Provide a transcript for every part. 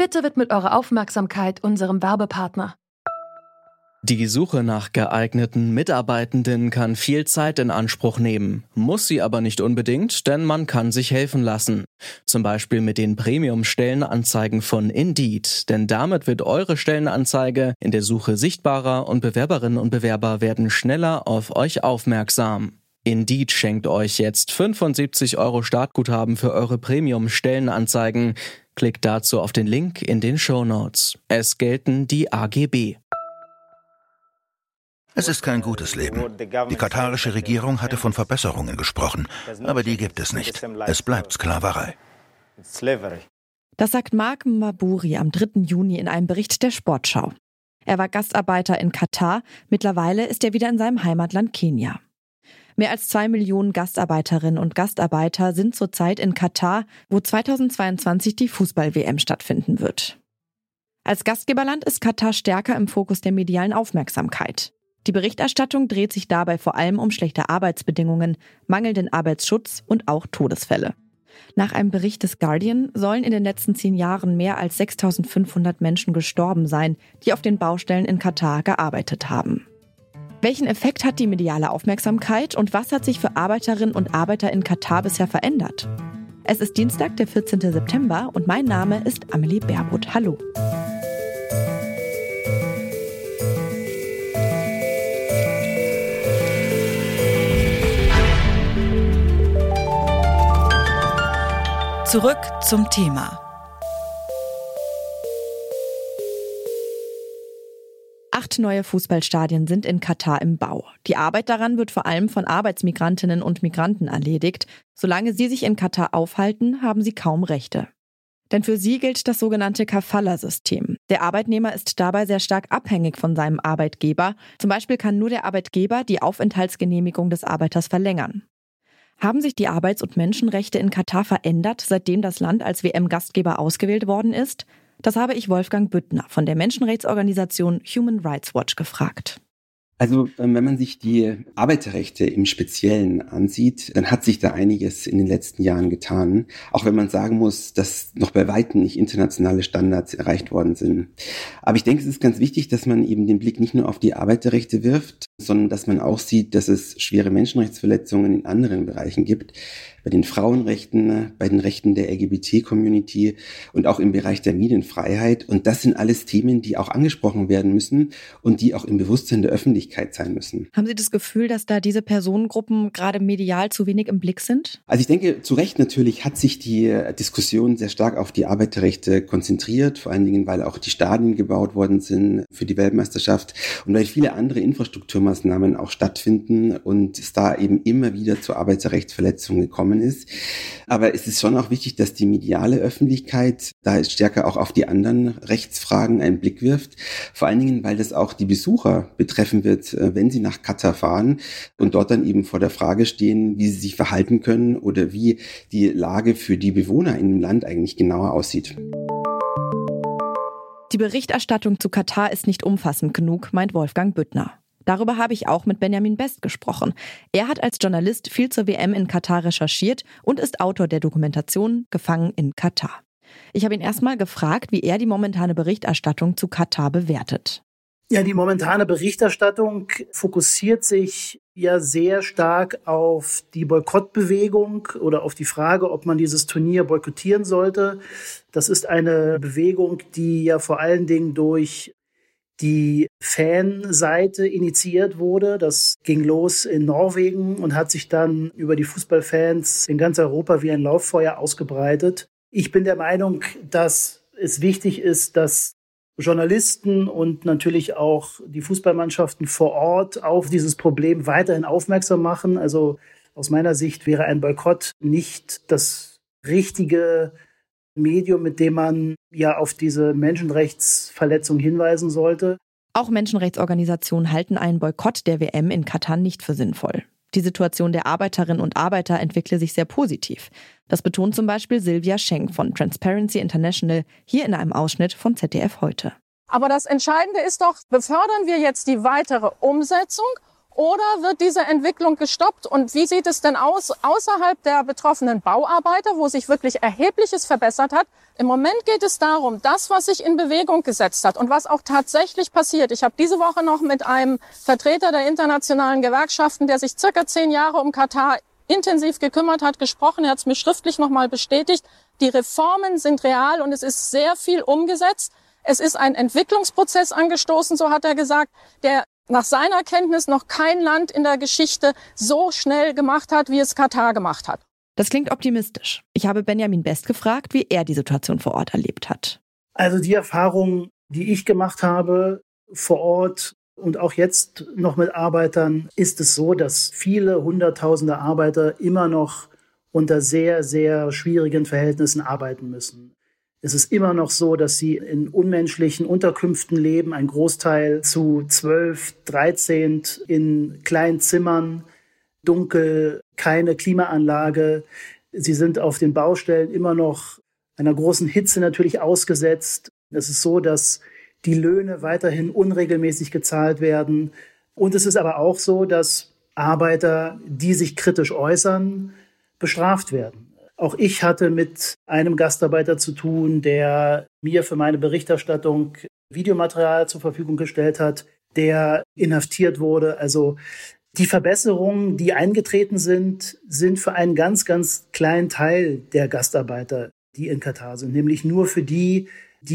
Bitte widmet eure Aufmerksamkeit unserem Werbepartner. Die Suche nach geeigneten Mitarbeitenden kann viel Zeit in Anspruch nehmen, muss sie aber nicht unbedingt, denn man kann sich helfen lassen. Zum Beispiel mit den Premium-Stellenanzeigen von Indeed, denn damit wird eure Stellenanzeige in der Suche sichtbarer und Bewerberinnen und Bewerber werden schneller auf euch aufmerksam. Indeed schenkt euch jetzt 75 € Startguthaben für eure Premium-Stellenanzeigen. Klickt dazu auf den Link in den Shownotes. Es gelten die AGB. Es ist kein gutes Leben. Die katarische Regierung hatte von Verbesserungen gesprochen, aber die gibt es nicht. Es bleibt Sklaverei. Das sagt Mark Maburi am 3. Juni in einem Bericht der Sportschau. Er war Gastarbeiter in Katar, mittlerweile ist er wieder in seinem Heimatland Kenia. Mehr als 2 Millionen Gastarbeiterinnen und Gastarbeiter sind zurzeit in Katar, wo 2022 die Fußball-WM stattfinden wird. Als Gastgeberland ist Katar stärker im Fokus der medialen Aufmerksamkeit. Die Berichterstattung dreht sich dabei vor allem um schlechte Arbeitsbedingungen, mangelnden Arbeitsschutz und auch Todesfälle. Nach einem Bericht des Guardian sollen in den letzten 10 Jahren mehr als 6.500 Menschen gestorben sein, die auf den Baustellen in Katar gearbeitet haben. Welchen Effekt hat die mediale Aufmerksamkeit und was hat sich für Arbeiterinnen und Arbeiter in Katar bisher verändert? Es ist Dienstag, der 14. September und mein Name ist Amelie Baerbuth. Hallo. Zurück zum Thema. 8 neue Fußballstadien sind in Katar im Bau. Die Arbeit daran wird vor allem von Arbeitsmigrantinnen und Migranten erledigt. Solange sie sich in Katar aufhalten, haben sie kaum Rechte. Denn für sie gilt das sogenannte Kafala-System. Der Arbeitnehmer ist dabei sehr stark abhängig von seinem Arbeitgeber. Zum Beispiel kann nur der Arbeitgeber die Aufenthaltsgenehmigung des Arbeiters verlängern. Haben sich die Arbeits- und Menschenrechte in Katar verändert, seitdem das Land als WM-Gastgeber ausgewählt worden ist? Das habe ich Wolfgang Büttner von der Menschenrechtsorganisation Human Rights Watch gefragt. Also wenn man sich die Arbeiterrechte im Speziellen ansieht, dann hat sich da einiges in den letzten Jahren getan. Auch wenn man sagen muss, dass noch bei weitem nicht internationale Standards erreicht worden sind. Aber ich denke, es ist ganz wichtig, dass man eben den Blick nicht nur auf die Arbeiterrechte wirft, sondern dass man auch sieht, dass es schwere Menschenrechtsverletzungen in anderen Bereichen gibt. Bei den Frauenrechten, bei den Rechten der LGBT-Community und auch im Bereich der Medienfreiheit. Und das sind alles Themen, die auch angesprochen werden müssen und die auch im Bewusstsein der Öffentlichkeit sein müssen. Haben Sie das Gefühl, dass da diese Personengruppen gerade medial zu wenig im Blick sind? Also ich denke, zu Recht natürlich hat sich die Diskussion sehr stark auf die Arbeiterrechte konzentriert, vor allen Dingen, weil auch die Stadien gebaut worden sind für die Weltmeisterschaft und weil viele andere Infrastrukturmaßnahmen auch stattfinden und es da eben immer wieder zu Arbeiterrechtsverletzungen gekommen ist. Aber es ist schon auch wichtig, dass die mediale Öffentlichkeit da stärker auch auf die anderen Rechtsfragen einen Blick wirft. Vor allen Dingen, weil das auch die Besucher betreffen wird, wenn sie nach Katar fahren und dort dann eben vor der Frage stehen, wie sie sich verhalten können oder wie die Lage für die Bewohner in dem Land eigentlich genauer aussieht. Die Berichterstattung zu Katar ist nicht umfassend genug, meint Wolfgang Büttner. Darüber habe ich auch mit Benjamin Best gesprochen. Er hat als Journalist viel zur WM in Katar recherchiert und ist Autor der Dokumentation Gefangen in Katar. Ich habe ihn erstmal gefragt, wie er die momentane Berichterstattung zu Katar bewertet. Ja, die momentane Berichterstattung fokussiert sich ja sehr stark auf die Boykottbewegung oder auf die Frage, ob man dieses Turnier boykottieren sollte. Das ist eine Bewegung, die ja vor allen Dingen durch die Fanseite initiiert wurde. Das ging los in Norwegen und hat sich dann über die Fußballfans in ganz Europa wie ein Lauffeuer ausgebreitet. Ich bin der Meinung, dass es wichtig ist, dass Journalisten und natürlich auch die Fußballmannschaften vor Ort auf dieses Problem weiterhin aufmerksam machen. Also aus meiner Sicht wäre ein Boykott nicht das richtige Medium, mit dem man ja auf diese Menschenrechtsverletzung hinweisen sollte. Auch Menschenrechtsorganisationen halten einen Boykott der WM in Katar nicht für sinnvoll. Die Situation der Arbeiterinnen und Arbeiter entwickle sich sehr positiv. Das betont zum Beispiel Silvia Schenk von Transparency International hier in einem Ausschnitt von ZDF heute. Aber das Entscheidende ist doch, befördern wir jetzt die weitere Umsetzung Oder wird diese Entwicklung gestoppt? Und wie sieht es denn aus außerhalb der betroffenen Bauarbeiter, wo sich wirklich Erhebliches verbessert hat? Im Moment geht es darum, das, was sich in Bewegung gesetzt hat und was auch tatsächlich passiert. Ich habe diese Woche noch mit einem Vertreter der internationalen Gewerkschaften, der sich circa 10 Jahre um Katar intensiv gekümmert hat, gesprochen. Er hat es mir schriftlich nochmal bestätigt. Die Reformen sind real und es ist sehr viel umgesetzt. Es ist ein Entwicklungsprozess angestoßen, so hat er gesagt, der nach seiner Kenntnis noch kein Land in der Geschichte so schnell gemacht hat, wie es Katar gemacht hat. Das klingt optimistisch. Ich habe Benjamin Best gefragt, wie er die Situation vor Ort erlebt hat. Also die Erfahrung, die ich gemacht habe vor Ort und auch jetzt noch mit Arbeitern, ist es so, dass viele hunderttausende Arbeiter immer noch unter sehr, sehr schwierigen Verhältnissen arbeiten müssen. Es ist immer noch so, dass sie in unmenschlichen Unterkünften leben, ein Großteil zu 12, 13 in kleinen Zimmern, dunkel, keine Klimaanlage. Sie sind auf den Baustellen immer noch einer großen Hitze natürlich ausgesetzt. Es ist so, dass die Löhne weiterhin unregelmäßig gezahlt werden. Und es ist aber auch so, dass Arbeiter, die sich kritisch äußern, bestraft werden. Auch ich hatte mit einem Gastarbeiter zu tun, der mir für meine Berichterstattung Videomaterial zur Verfügung gestellt hat, der inhaftiert wurde. Also die Verbesserungen, die eingetreten sind, sind für einen ganz, ganz kleinen Teil der Gastarbeiter, die in Katar sind, nämlich nur für die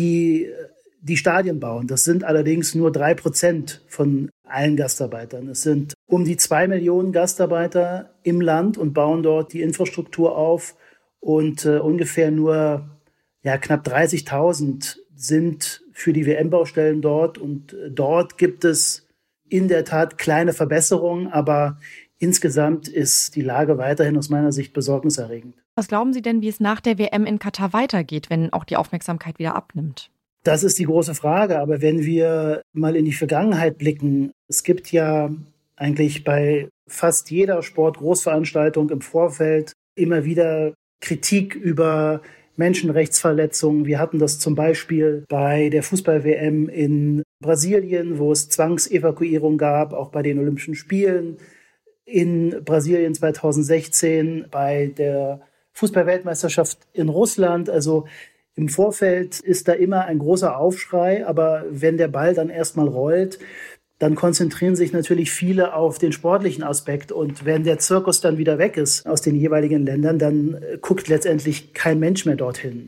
Stadien bauen. Das sind allerdings nur 3% von allen Gastarbeitern. Es sind um die 2 Millionen Gastarbeiter im Land und bauen dort die Infrastruktur auf. Und ungefähr nur knapp 30.000 sind für die WM-Baustellen dort. Und dort gibt es in der Tat kleine Verbesserungen, aber insgesamt ist die Lage weiterhin aus meiner Sicht besorgniserregend. Was glauben Sie denn, wie es nach der WM in Katar weitergeht, wenn auch die Aufmerksamkeit wieder abnimmt? Das ist die große Frage. Aber wenn wir mal in die Vergangenheit blicken, es gibt ja eigentlich bei fast jeder Sportgroßveranstaltung im Vorfeld immer wieder Kritik über Menschenrechtsverletzungen. Wir hatten das zum Beispiel bei der Fußball-WM in Brasilien, wo es Zwangsevakuierung gab, auch bei den Olympischen Spielen in Brasilien 2016, bei der Fußball-Weltmeisterschaft in Russland. Also im Vorfeld ist da immer ein großer Aufschrei, aber wenn der Ball dann erstmal rollt, dann konzentrieren sich natürlich viele auf den sportlichen Aspekt. Und wenn der Zirkus dann wieder weg ist aus den jeweiligen Ländern, dann guckt letztendlich kein Mensch mehr dorthin.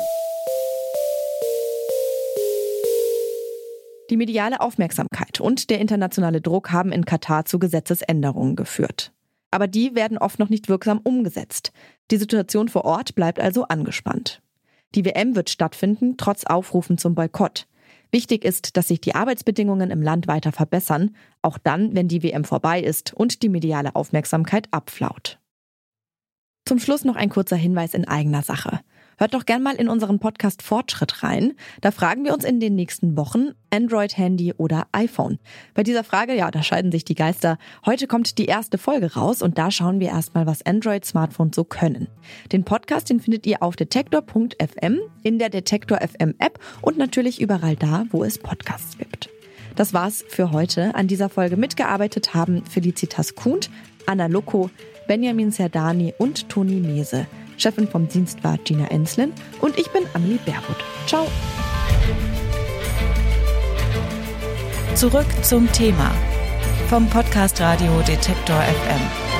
Die mediale Aufmerksamkeit und der internationale Druck haben in Katar zu Gesetzesänderungen geführt. Aber die werden oft noch nicht wirksam umgesetzt. Die Situation vor Ort bleibt also angespannt. Die WM wird stattfinden, trotz Aufrufen zum Boykott. Wichtig ist, dass sich die Arbeitsbedingungen im Land weiter verbessern, auch dann, wenn die WM vorbei ist und die mediale Aufmerksamkeit abflaut. Zum Schluss noch ein kurzer Hinweis in eigener Sache. Hört doch gern mal in unseren Podcast Fortschritt rein. Da fragen wir uns in den nächsten Wochen Android, Handy oder iPhone. Bei dieser Frage, da scheiden sich die Geister. Heute kommt die erste Folge raus und da schauen wir erstmal, was Android-Smartphones so können. Den Podcast, den findet ihr auf detektor.fm, in der Detektor FM App und natürlich überall da, wo es Podcasts gibt. Das war's für heute. An dieser Folge mitgearbeitet haben Felicitas Kuhnt, Anna Locco, Benjamin Zerdani und Toni Mese. Chefin vom Dienst war Gina Enslin und ich bin Amelie Baerbutt. Ciao. Zurück zum Thema vom Podcast Radio Detektor FM.